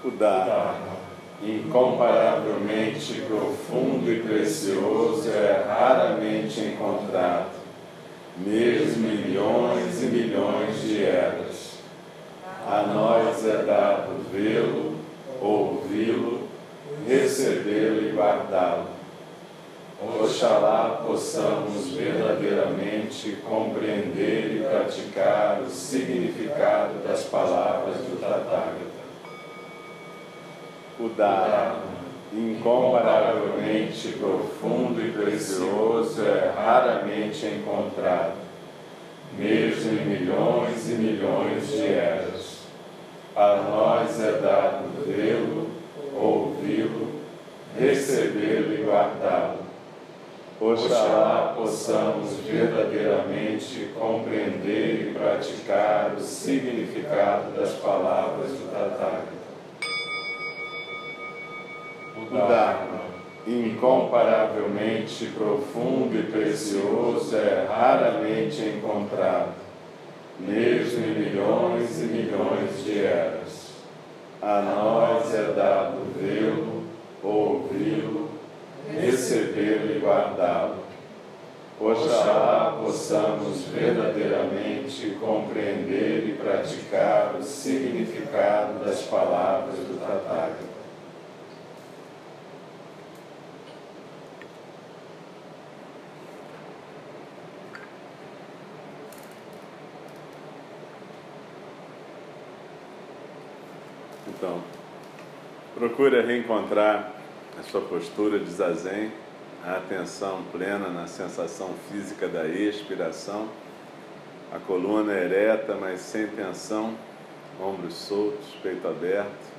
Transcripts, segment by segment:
O Dharma, incomparavelmente profundo e precioso, é raramente encontrado, mesmo em milhões e milhões de eras. A nós é dado vê-lo, ouvi-lo, recebê-lo e guardá-lo. Oxalá possamos verdadeiramente compreender e praticar o significado das palavras do Tathagata. O Dharma, incomparavelmente profundo e precioso, é raramente encontrado, mesmo em milhões e milhões de eras. A nós é dado vê-lo, ouvi-lo, recebê-lo e guardá-lo. Oxalá possamos verdadeiramente compreender e praticar o significado das palavras do Tathagata. O Dharma, incomparavelmente profundo e precioso, é raramente encontrado, mesmo em milhões e milhões de eras. A nós é dado vê-lo, ouvi-lo, recebê-lo e guardá-lo. Oxalá possamos verdadeiramente compreender e praticar o significado das palavras do Tathagata. Então, procura reencontrar a sua postura de zazen, a atenção plena na sensação física da expiração, a coluna ereta, mas sem tensão, ombros soltos, peito aberto.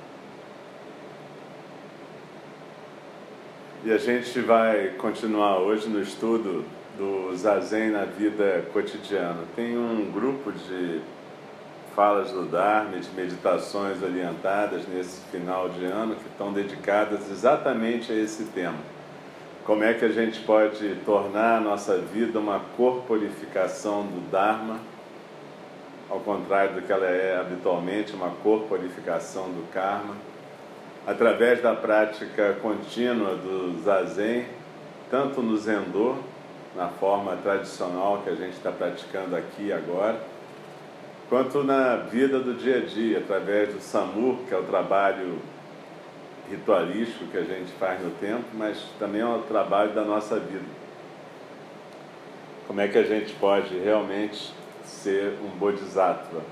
E a gente vai continuar hoje no estudo do zazen na vida cotidiana. Tem um grupo de falas do Dharma, de meditações orientadas nesse final de ano que estão dedicadas exatamente a esse tema. Como é que a gente pode tornar a nossa vida uma corporificação do Dharma, ao contrário do que ela é habitualmente, uma corporificação do Karma, através da prática contínua do Zazen, tanto no Zendô, na forma tradicional que a gente está praticando aqui e agora, quanto na vida do dia a dia, através do Samur, que é o trabalho ritualístico que a gente faz no templo, mas também é o trabalho da nossa vida. Como é que a gente pode realmente ser um Bodhisattva,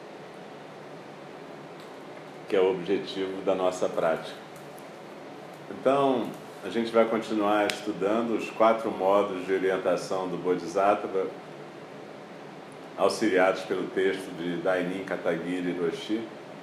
que é o objetivo da nossa prática. Então, a gente vai continuar estudando os 4 modos de orientação do Bodhisattva, auxiliados pelo texto de Dainin Katagiri Roshi,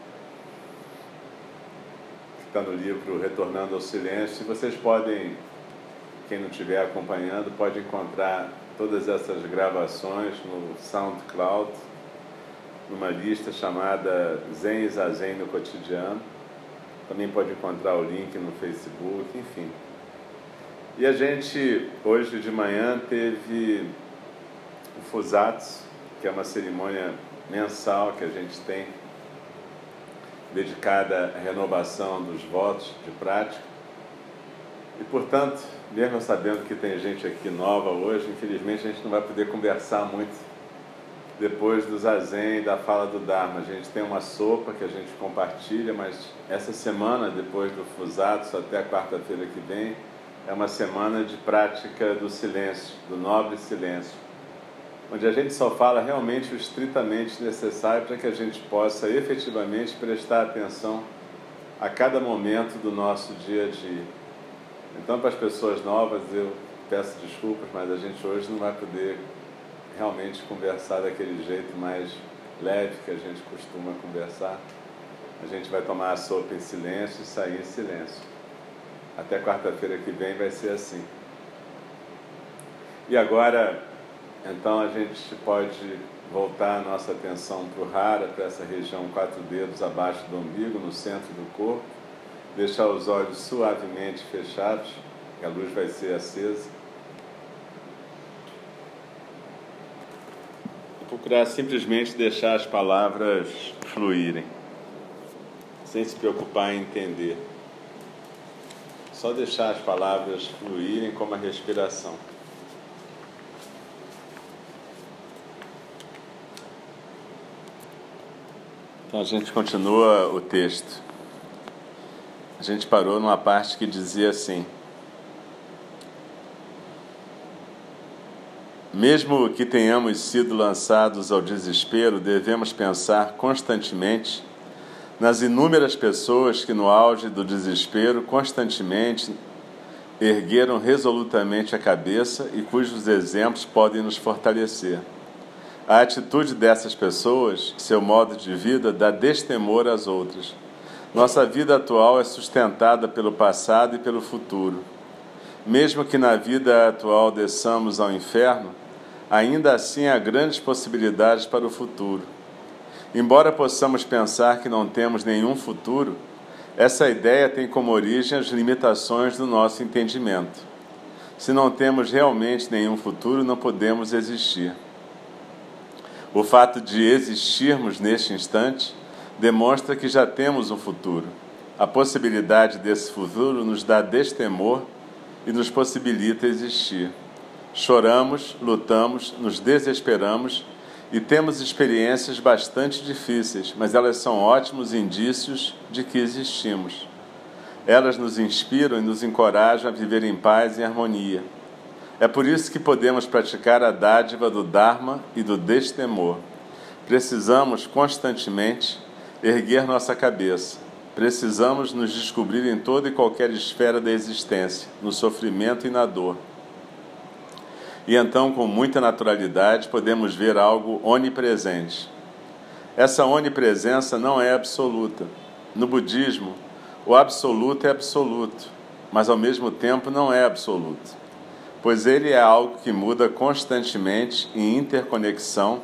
que está no livro Retornando ao Silêncio. E vocês podem, quem não estiver acompanhando, pode encontrar todas essas gravações no SoundCloud, numa lista chamada Zen e Zazen no Cotidiano. Também pode encontrar o link no Facebook, enfim. E a gente, hoje de manhã, teve o Fusatsu, que é uma cerimônia mensal que a gente tem, dedicada à renovação dos votos de prática. E, portanto, mesmo sabendo que tem gente aqui nova hoje, infelizmente a gente não vai poder conversar muito depois do Zazen e da fala do Dharma. A gente tem uma sopa que a gente compartilha, mas essa semana, depois do Fusatsu, até a quarta-feira que vem, é uma semana de prática do silêncio, do nobre silêncio, onde a gente só fala realmente o estritamente necessário para que a gente possa efetivamente prestar atenção a cada momento do nosso dia a dia. Então, para as pessoas novas, eu peço desculpas, mas a gente hoje não vai poder realmente conversar daquele jeito mais leve que a gente costuma conversar. A gente vai tomar a sopa em silêncio e sair em silêncio. Até quarta-feira que vem vai ser assim. E agora, então, a gente pode voltar a nossa atenção para o Hara, para essa região 4 dedos abaixo do umbigo, no centro do corpo. Deixar os olhos suavemente fechados, que a luz vai ser acesa. E procurar simplesmente deixar as palavras fluírem, sem se preocupar em entender. Só deixar as palavras fluírem como a respiração. Então a gente continua o texto. A gente parou numa parte que dizia assim: mesmo que tenhamos sido lançados ao desespero, devemos pensar constantemente nas inúmeras pessoas que no auge do desespero constantemente ergueram resolutamente a cabeça e cujos exemplos podem nos fortalecer. A atitude dessas pessoas, seu modo de vida, dá destemor às outras. Nossa vida atual é sustentada pelo passado e pelo futuro. Mesmo que na vida atual desçamos ao inferno, ainda assim há grandes possibilidades para o futuro. Embora possamos pensar que não temos nenhum futuro, essa ideia tem como origem as limitações do nosso entendimento. Se não temos realmente nenhum futuro, não podemos existir. O fato de existirmos neste instante demonstra que já temos um futuro. A possibilidade desse futuro nos dá destemor e nos possibilita existir. Choramos, lutamos, nos desesperamos e temos experiências bastante difíceis, mas elas são ótimos indícios de que existimos. Elas nos inspiram e nos encorajam a viver em paz e harmonia. É por isso que podemos praticar a dádiva do Dharma e do destemor. Precisamos constantemente erguer nossa cabeça. Precisamos nos descobrir em toda e qualquer esfera da existência, no sofrimento e na dor. E então, com muita naturalidade, podemos ver algo onipresente. Essa onipresença não é absoluta. No budismo, o absoluto é absoluto, mas ao mesmo tempo não é absoluto, pois ele é algo que muda constantemente em interconexão,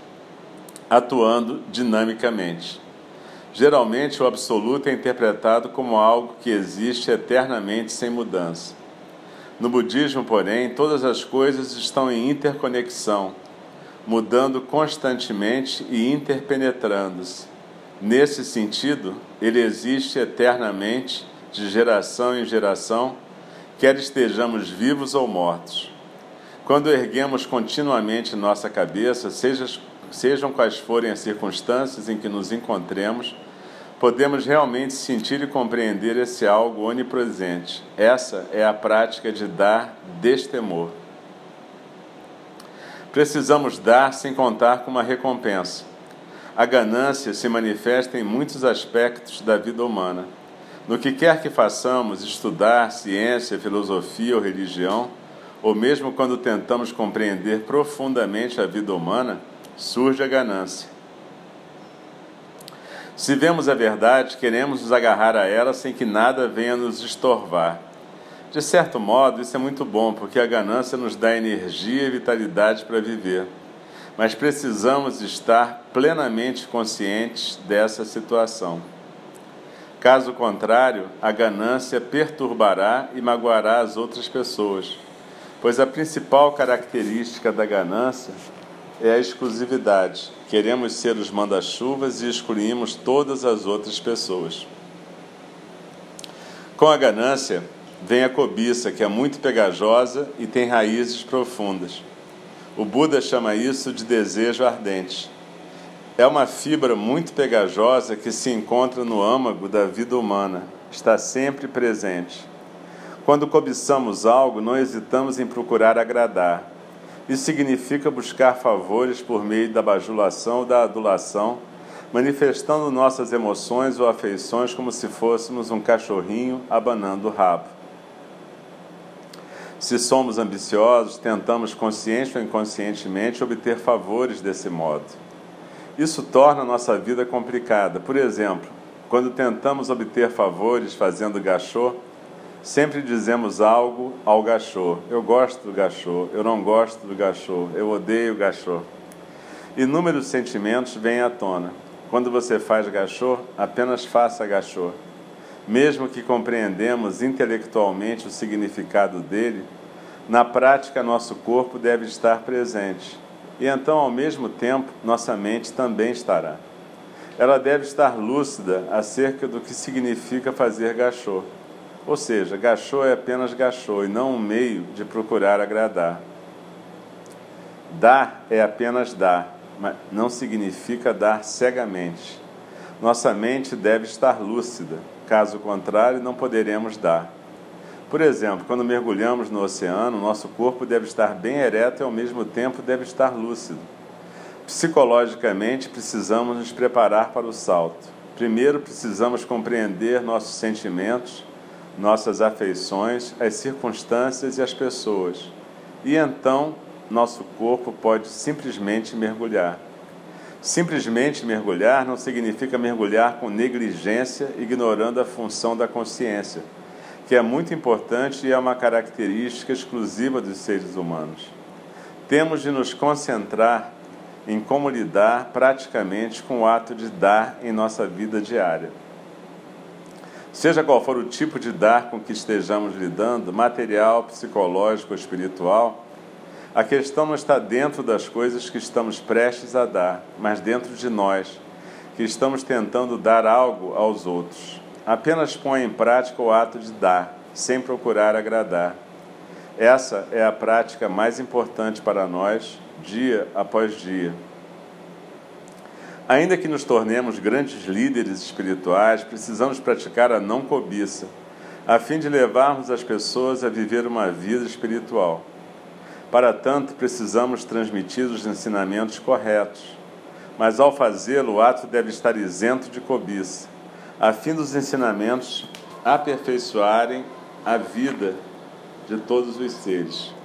atuando dinamicamente. Geralmente, o absoluto é interpretado como algo que existe eternamente sem mudança. No budismo, porém, todas as coisas estão em interconexão, mudando constantemente e interpenetrando-se. Nesse sentido, ele existe eternamente, de geração em geração, quer estejamos vivos ou mortos. Quando erguemos continuamente nossa cabeça, sejam quais forem as circunstâncias em que nos encontremos, podemos realmente sentir e compreender esse algo onipresente. Essa é a prática de dar destemor. Precisamos dar sem contar com uma recompensa. A ganância se manifesta em muitos aspectos da vida humana. No que quer que façamos, estudar ciência, filosofia ou religião, ou mesmo quando tentamos compreender profundamente a vida humana, surge a ganância. Se vemos a verdade, queremos nos agarrar a ela sem que nada venha nos estorvar. De certo modo, isso é muito bom, porque a ganância nos dá energia e vitalidade para viver. Mas precisamos estar plenamente conscientes dessa situação. Caso contrário, a ganância perturbará e magoará as outras pessoas, pois a principal característica da ganância é a exclusividade. Queremos ser os manda-chuvas e excluímos todas as outras pessoas. Com a ganância vem a cobiça, que é muito pegajosa e tem raízes profundas. O Buda chama isso de desejo ardente. É uma fibra muito pegajosa que se encontra no âmago da vida humana, está sempre presente. Quando cobiçamos algo, não hesitamos em procurar agradar. Isso significa buscar favores por meio da bajulação ou da adulação, manifestando nossas emoções ou afeições como se fôssemos um cachorrinho abanando o rabo. Se somos ambiciosos, tentamos consciente ou inconscientemente obter favores desse modo. Isso torna a nossa vida complicada. Por exemplo, quando tentamos obter favores fazendo gachô, sempre dizemos algo ao gachô. Eu gosto do gachô, eu não gosto do gachô, eu odeio o gachô. Inúmeros sentimentos vêm à tona. Quando você faz gachô, apenas faça gachô. Mesmo que compreendemos intelectualmente o significado dele, na prática nosso corpo deve estar presente. E então, ao mesmo tempo, nossa mente também estará. ela deve estar lúcida acerca do que significa fazer gachô. Ou seja, gachô é apenas gachô e não um meio de procurar agradar. Dar é apenas dar, mas não significa dar cegamente. Nossa mente deve estar lúcida, caso contrário, não poderemos dar. Por exemplo, quando mergulhamos no oceano, nosso corpo deve estar bem ereto e ao mesmo tempo deve estar lúcido. Psicologicamente, precisamos nos preparar para o salto. Primeiro, precisamos compreender nossos sentimentos, nossas afeições, as circunstâncias e as pessoas. E então, nosso corpo pode simplesmente mergulhar. Simplesmente mergulhar não significa mergulhar com negligência, ignorando a função da consciência, que é muito importante e é uma característica exclusiva dos seres humanos. Temos de nos concentrar em como lidar praticamente com o ato de dar em nossa vida diária. Seja qual for o tipo de dar com que estejamos lidando, material, psicológico ou espiritual, a questão não está dentro das coisas que estamos prestes a dar, mas dentro de nós, que estamos tentando dar algo aos outros. Apenas põe em prática o ato de dar, sem procurar agradar. Essa é a prática mais importante para nós, dia após dia. Ainda que nos tornemos grandes líderes espirituais, precisamos praticar a não cobiça, a fim de levarmos as pessoas a viver uma vida espiritual. Para tanto, precisamos transmitir os ensinamentos corretos, mas ao fazê-lo, o ato deve estar isento de cobiça, a fim dos ensinamentos aperfeiçoarem a vida de todos os seres.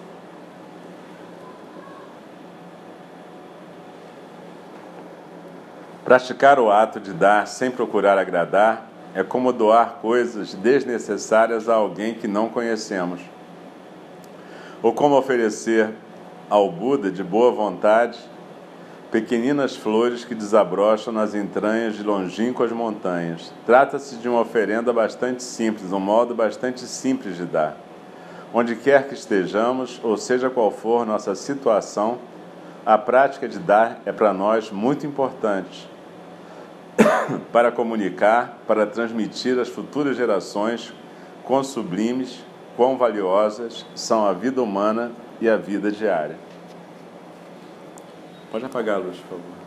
Praticar o ato de dar sem procurar agradar é como doar coisas desnecessárias a alguém que não conhecemos, ou como oferecer ao Buda de boa vontade pequeninas flores que desabrocham nas entranhas de longínquas montanhas. Trata-se de uma oferenda bastante simples, um modo bastante simples de dar. Onde quer que estejamos, ou seja qual for nossa situação, a prática de dar é para nós muito importante para comunicar, para transmitir às futuras gerações quão sublimes, quão valiosas são a vida humana e a vida diária. Pode apagar a luz, por favor.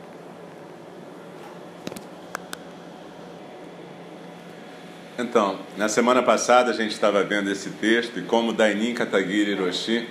Então, na semana passada a gente estava vendo esse texto e como Dainin Katagiri Roshi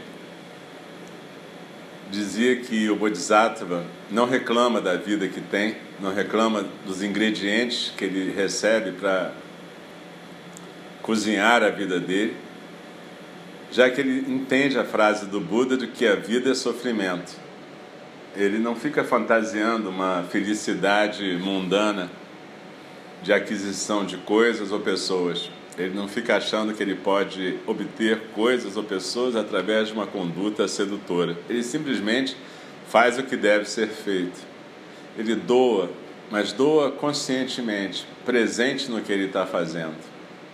dizia que o Bodhisattva não reclama da vida que tem, não reclama dos ingredientes que ele recebe para cozinhar a vida dele, já que ele entende a frase do Buda de que a vida é sofrimento. Ele não fica fantasiando uma felicidade mundana de aquisição de coisas ou pessoas. Ele não fica achando que ele pode obter coisas ou pessoas através de uma conduta sedutora. Ele simplesmente faz o que deve ser feito. Ele doa, mas doa conscientemente, presente no que ele está fazendo.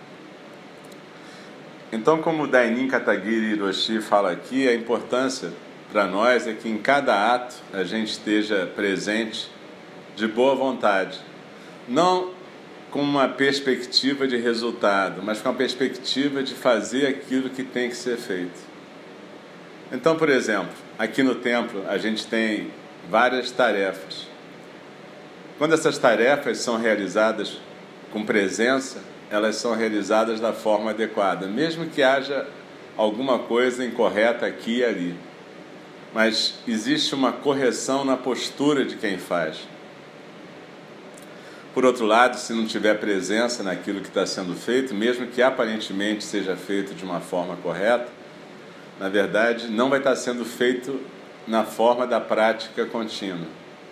Então, como Dainin Katagiri Roshi fala aqui, a importância para nós é que em cada ato a gente esteja presente de boa vontade. Não com uma perspectiva de resultado, mas com a perspectiva de fazer aquilo que tem que ser feito. Então, por exemplo, aqui no templo a gente tem várias tarefas. Quando essas tarefas são realizadas com presença, elas são realizadas da forma adequada, mesmo que haja alguma coisa incorreta aqui e ali. Mas existe uma correção na postura de quem faz. Por outro lado, se não tiver presença naquilo que está sendo feito, mesmo que aparentemente seja feito de uma forma correta, na verdade não vai estar sendo feito na forma da prática contínua.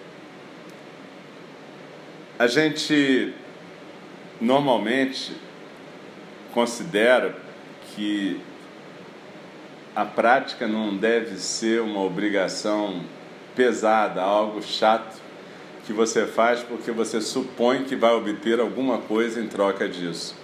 A gente normalmente considera que a prática não deve ser uma obrigação pesada, algo chato que você faz porque você supõe que vai obter alguma coisa em troca disso.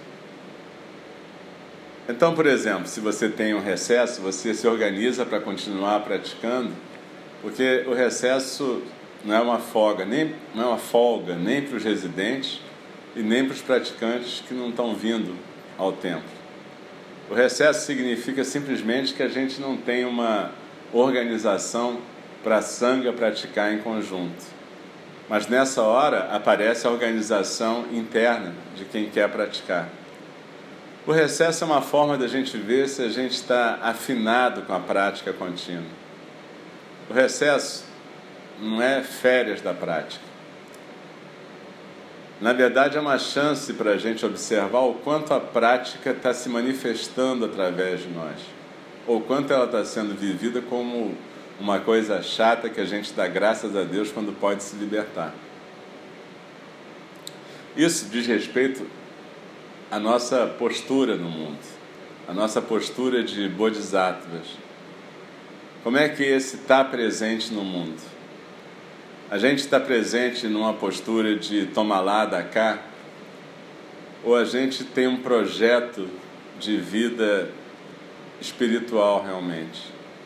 Então, por exemplo, se você tem um recesso, você se organiza para continuar praticando, porque o recesso não é uma folga nem para os residentes e nem para os praticantes que não estão vindo ao templo. O recesso significa simplesmente que a gente não tem uma organização para a sangha praticar em conjunto. Mas nessa hora aparece a organização interna de quem quer praticar. O recesso é uma forma da gente ver se a gente está afinado com a prática contínua. O recesso não é férias da prática. Na verdade, é uma chance para a gente observar o quanto a prática está se manifestando através de nós, ou quanto ela está sendo vivida como uma coisa chata que a gente dá graças a Deus quando pode se libertar. Isso diz respeito à nossa postura no mundo, a nossa postura de bodhisattvas. Como é que esse está presente no mundo? A gente está presente numa postura de tomar lá, dá cá? Ou a gente tem um projeto de vida espiritual realmente?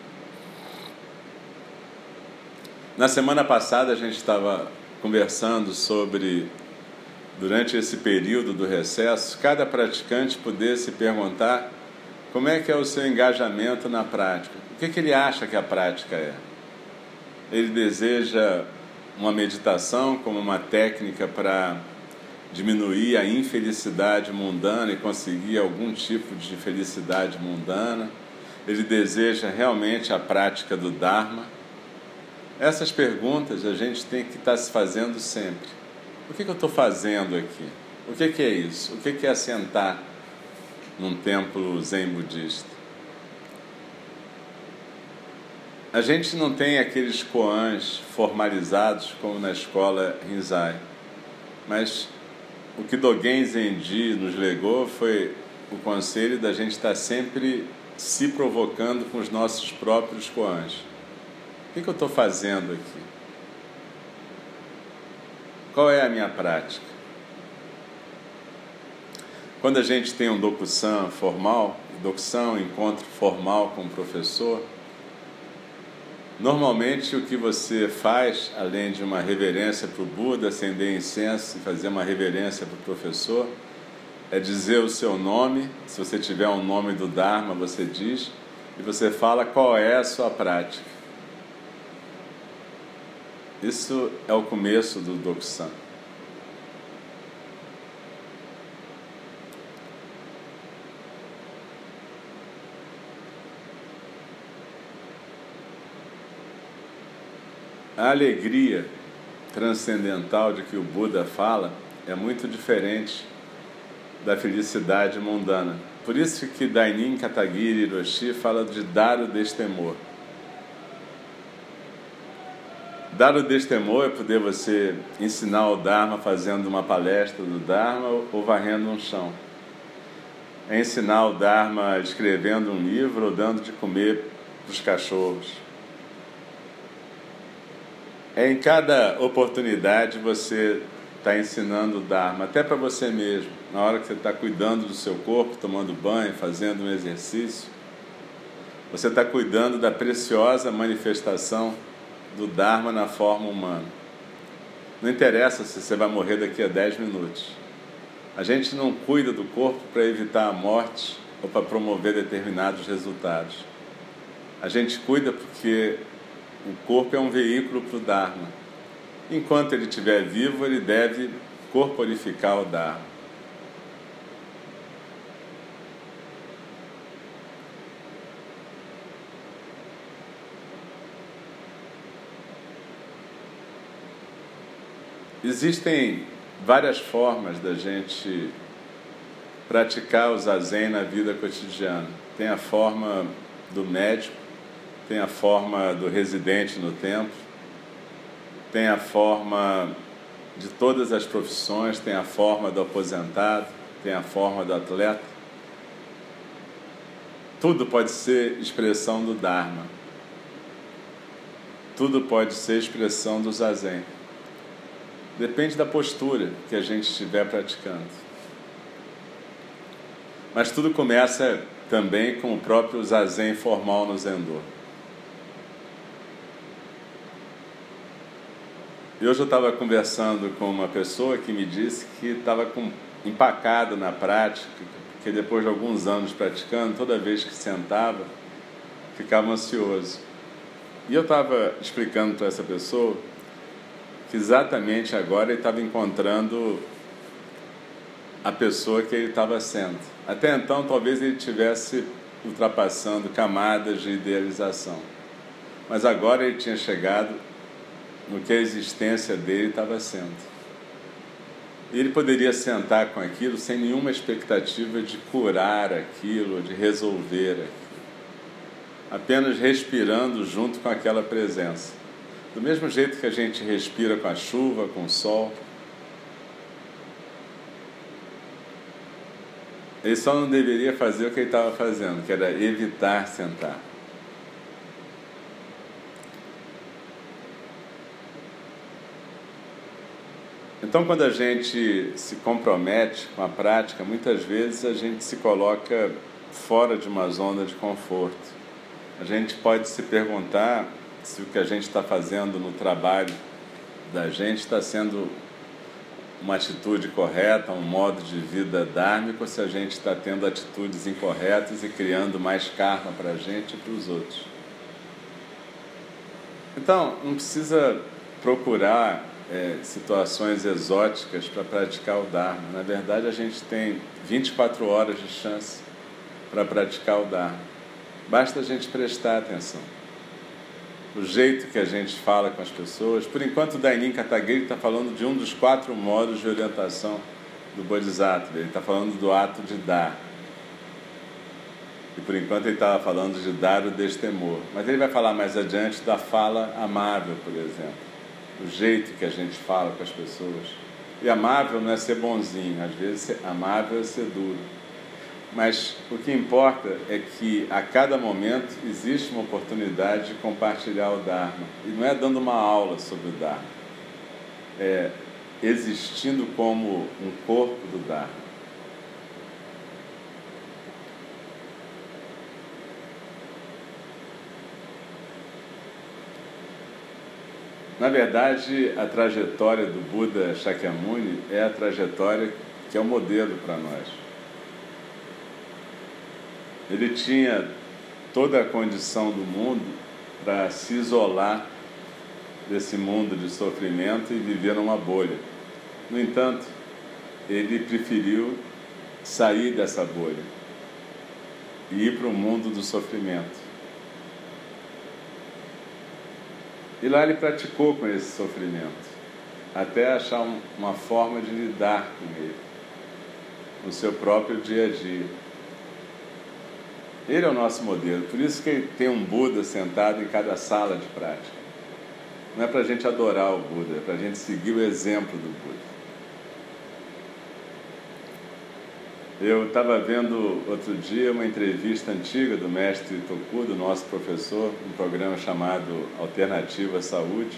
Na semana passada a gente estava conversando sobre, durante esse período do recesso, cada praticante poder se perguntar como é que é o seu engajamento na prática. O que ele acha que a prática é? Ele deseja uma meditação como uma técnica para diminuir a infelicidade mundana e conseguir algum tipo de felicidade mundana? Ele deseja realmente a prática do Dharma? Essas perguntas a gente tem que estar se fazendo sempre. O que eu estou fazendo aqui? O que é isso? O que é sentar num templo zen budista? A gente não tem aqueles koans formalizados como na escola Rinzai, mas o que Dogen Zenji nos legou foi o conselho da gente estar sempre se provocando com os nossos próprios koans. O que eu estou fazendo aqui? Qual é a minha prática? Quando a gente tem um Dokusan formal, Dokusan, um encontro formal com o professor, normalmente o que você faz, além de uma reverência para o Buda, acender incenso e fazer uma reverência para o professor, é dizer o seu nome. Se você tiver um nome do Dharma, você diz, e você fala qual é a sua prática. Isso é o começo do Dokusan. A alegria transcendental de que o Buda fala é muito diferente da felicidade mundana. Por isso que Dainin Katagiri Hiroshi fala de dar o destemor. Dar o destemor é poder você ensinar o Dharma fazendo uma palestra do Dharma ou varrendo um chão. É ensinar o Dharma escrevendo um livro ou dando de comer para os cachorros. É em cada oportunidade você está ensinando o Dharma, até para você mesmo. Na hora que você está cuidando do seu corpo, tomando banho, fazendo um exercício, você está cuidando da preciosa manifestação do Dharma na forma humana. Não interessa se você vai morrer daqui a 10 minutos. A gente não cuida do corpo para evitar a morte ou para promover determinados resultados. A gente cuida porque o corpo é um veículo para o Dharma. Enquanto ele estiver vivo, ele deve corporificar o Dharma. Existem várias formas da gente praticar o zazen na vida cotidiana. Tem a forma do médico, tem a forma do residente no templo, tem a forma de todas as profissões, tem a forma do aposentado, tem a forma do atleta. Tudo pode ser expressão do Dharma. Tudo pode ser expressão do zazen. Depende da postura que a gente estiver praticando. Mas tudo começa também com o próprio zazen formal no Zendô. E hoje eu estava conversando com uma pessoa que me disse que estava empacado na prática, que depois de alguns anos praticando, toda vez que sentava, ficava ansioso. E eu estava explicando para essa pessoa que exatamente agora ele estava encontrando a pessoa que ele estava sendo. Até então, talvez ele estivesse ultrapassando camadas de idealização. Mas agora ele tinha chegado no que a existência dele estava sendo. E ele poderia sentar com aquilo sem nenhuma expectativa de curar aquilo, de resolver aquilo. Apenas respirando junto com aquela presença. Do mesmo jeito que a gente respira com a chuva, com o sol. Ele só não deveria fazer o que ele estava fazendo, que era evitar sentar. Então, quando a gente se compromete com a prática, muitas vezes a gente se coloca fora de uma zona de conforto. A gente pode se perguntar se o que a gente está fazendo no trabalho da gente está sendo uma atitude correta, um modo de vida dármico, ou se a gente está tendo atitudes incorretas e criando mais karma para a gente e para os outros. Então, não precisa procurar situações exóticas para praticar o Dharma. Na verdade, a gente tem 24 horas de chance para praticar o Dharma. Basta a gente prestar atenção. O jeito que a gente fala com as pessoas. Por enquanto, o Dainin Katagiri está falando de um dos 4 modos de orientação do Bodhisattva. Ele está falando do ato de dar. E por enquanto ele estava falando de dar o destemor. Mas ele vai falar mais adiante da fala amável, por exemplo. O jeito que a gente fala com as pessoas. E amável não é ser bonzinho, às vezes amável é ser duro. Mas o que importa é que a cada momento existe uma oportunidade de compartilhar o Dharma. E não é dando uma aula sobre o Dharma. É existindo como um corpo do Dharma. Na verdade, a trajetória do Buda Shakyamuni é a trajetória que é o modelo para nós. Ele tinha toda a condição do mundo para se isolar desse mundo de sofrimento e viver numa bolha. No entanto, ele preferiu sair dessa bolha e ir para o mundo do sofrimento. E lá ele praticou com esse sofrimento, até achar uma forma de lidar com ele, no seu próprio dia a dia. Ele é o nosso modelo, por isso que tem um Buda sentado em cada sala de prática. Não é para a gente adorar o Buda, é para a gente seguir o exemplo do Buda. Eu estava vendo outro dia uma entrevista antiga do mestre Tokudo, nosso professor, um programa chamado Alternativa Saúde.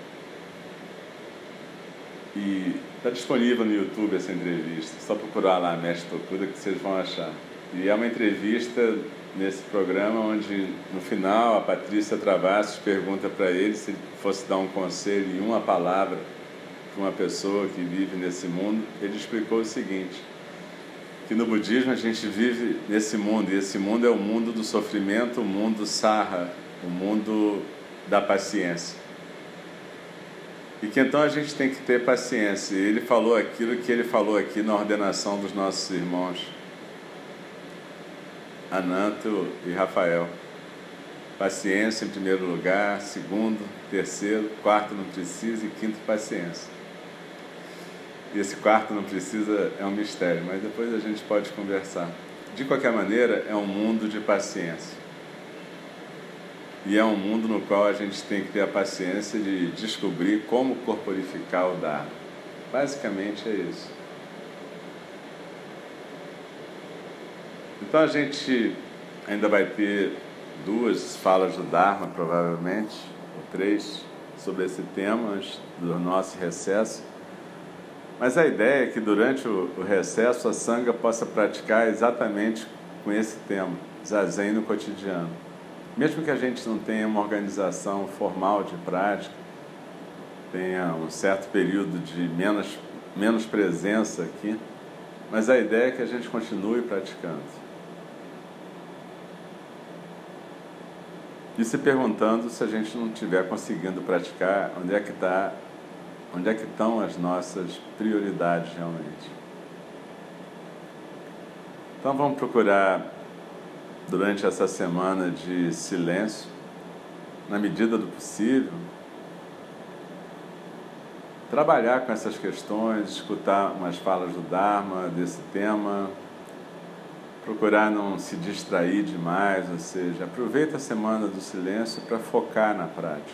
E está disponível no YouTube essa entrevista, só procurar lá mestre Tokudo que vocês vão achar. E é uma entrevista nesse programa onde, no final, a Patrícia Travassos pergunta para ele se ele fosse dar um conselho em uma palavra para uma pessoa que vive nesse mundo. Ele explicou o seguinte, que no budismo a gente vive nesse mundo, e esse mundo é o mundo do sofrimento, o mundo sarra, o mundo da paciência. E que então a gente tem que ter paciência. E ele falou aquilo que ele falou aqui na ordenação dos nossos irmãos Ananto e Rafael. Paciência em primeiro lugar, segundo, terceiro, quarto não precisa e quinto paciência. E esse quarto não precisa, é um mistério, mas depois a gente pode conversar. De qualquer maneira, é um mundo de paciência. E é um mundo no qual a gente tem que ter a paciência de descobrir como corporificar o Dharma. Basicamente é isso. Então a gente ainda vai ter 2 falas do Dharma, provavelmente, ou 3, sobre esse tema, antes do nosso recesso. Mas a ideia é que durante o recesso a Sangha possa praticar exatamente com esse tema, Zazen no cotidiano. Mesmo que a gente não tenha uma organização formal de prática, tenha um certo período de menos presença aqui, mas a ideia é que a gente continue praticando. E se perguntando se a gente não estiver conseguindo praticar, onde é que estão as nossas prioridades realmente. Então vamos procurar, durante essa semana de silêncio, na medida do possível, trabalhar com essas questões, escutar umas falas do Dharma, desse tema, procurar não se distrair demais, ou seja, aproveita a semana do silêncio para focar na prática.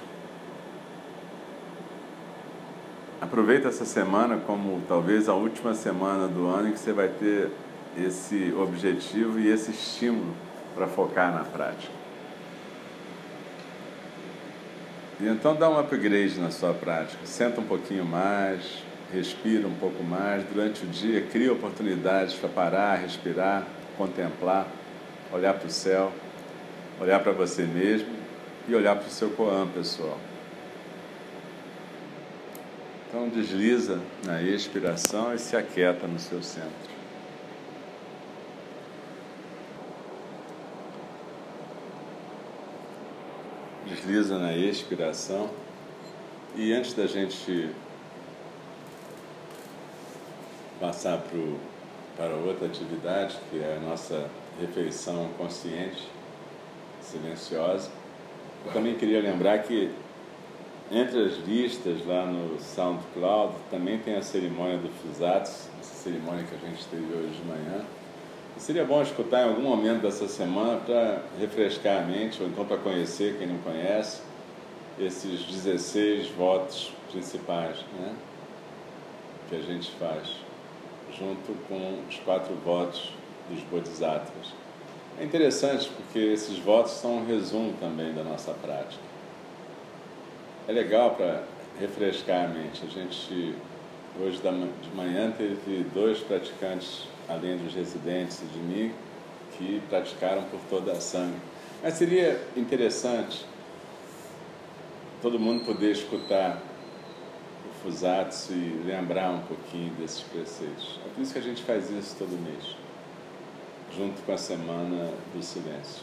Aproveita essa semana como talvez a última semana do ano em que você vai ter esse objetivo e esse estímulo para focar na prática. E então dá um upgrade na sua prática, senta um pouquinho mais, respira um pouco mais, durante o dia cria oportunidades para parar, respirar, contemplar, olhar para o céu, olhar para você mesmo e olhar para o seu koan pessoal. Então desliza na expiração e se aquieta no seu centro. Desliza na expiração e antes da gente passar para outra atividade, que é a nossa refeição consciente, silenciosa, eu também queria lembrar que entre as listas lá no SoundCloud também tem a cerimônia do Fusatsu, essa cerimônia que a gente teve hoje de manhã. E seria bom escutar em algum momento dessa semana para refrescar a mente, ou então para conhecer quem não conhece, esses 16 votos principais, né, que a gente faz, junto com os 4 votos dos Bodhisattvas. É interessante porque esses votos são um resumo também da nossa prática. É legal para refrescar a mente. A gente, hoje de manhã, teve 2 praticantes, além dos residentes e de mim, que praticaram por toda a Sangha. Mas seria interessante todo mundo poder escutar o Fusatsu e lembrar um pouquinho desses preceitos. É por isso que a gente faz isso todo mês, junto com a Semana do Silêncio.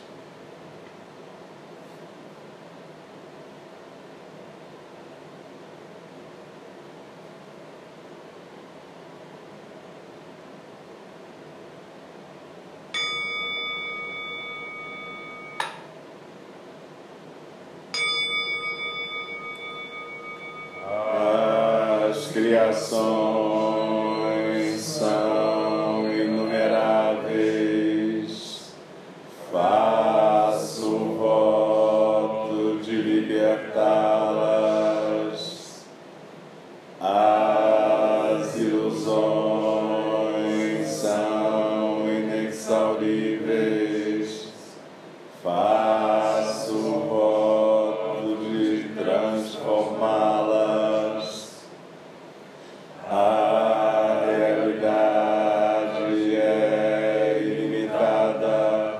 Criações são inumeráveis, faço voto de libertá-las. As ilusões são inexauríveis, faço voto de transformá-las. A realidade é ilimitada,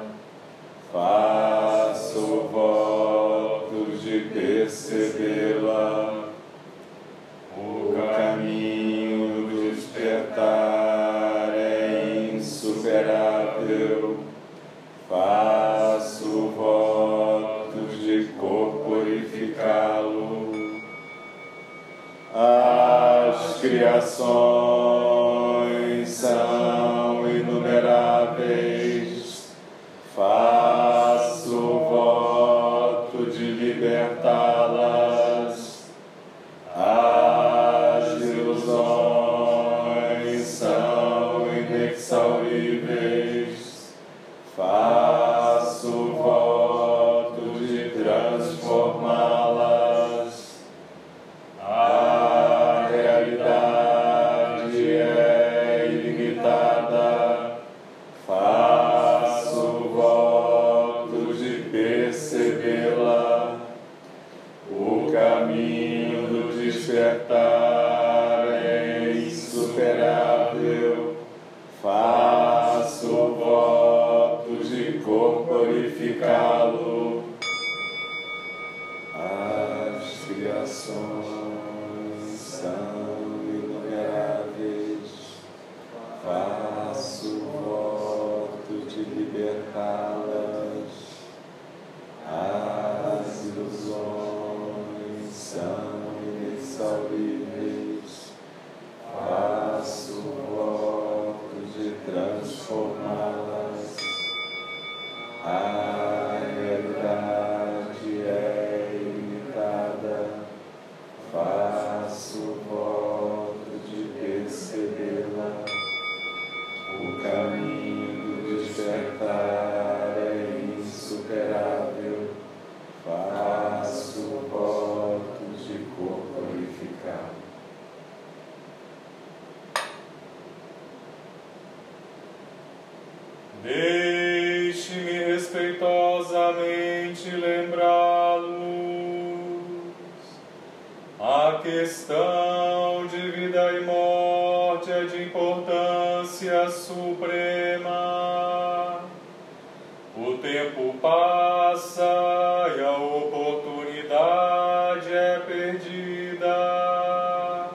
faço votos de percebê-la. O caminho do despertar é insuperável, faço votos de corporificá-lo. As criações são inumeráveis, faço voto de libertá-las. As ilusões são inexauríveis, faço voto de transformá-las. A realidade Deixe-me respeitosamente lembrá-los. A questão de vida e morte é de importância suprema. O tempo passa e a oportunidade é perdida.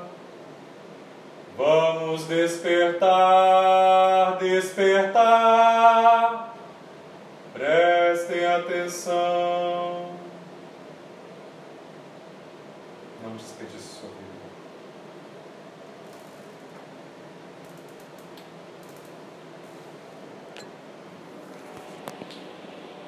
Vamos despertar, despertar. Prestem atenção. Não desperdice sua vida.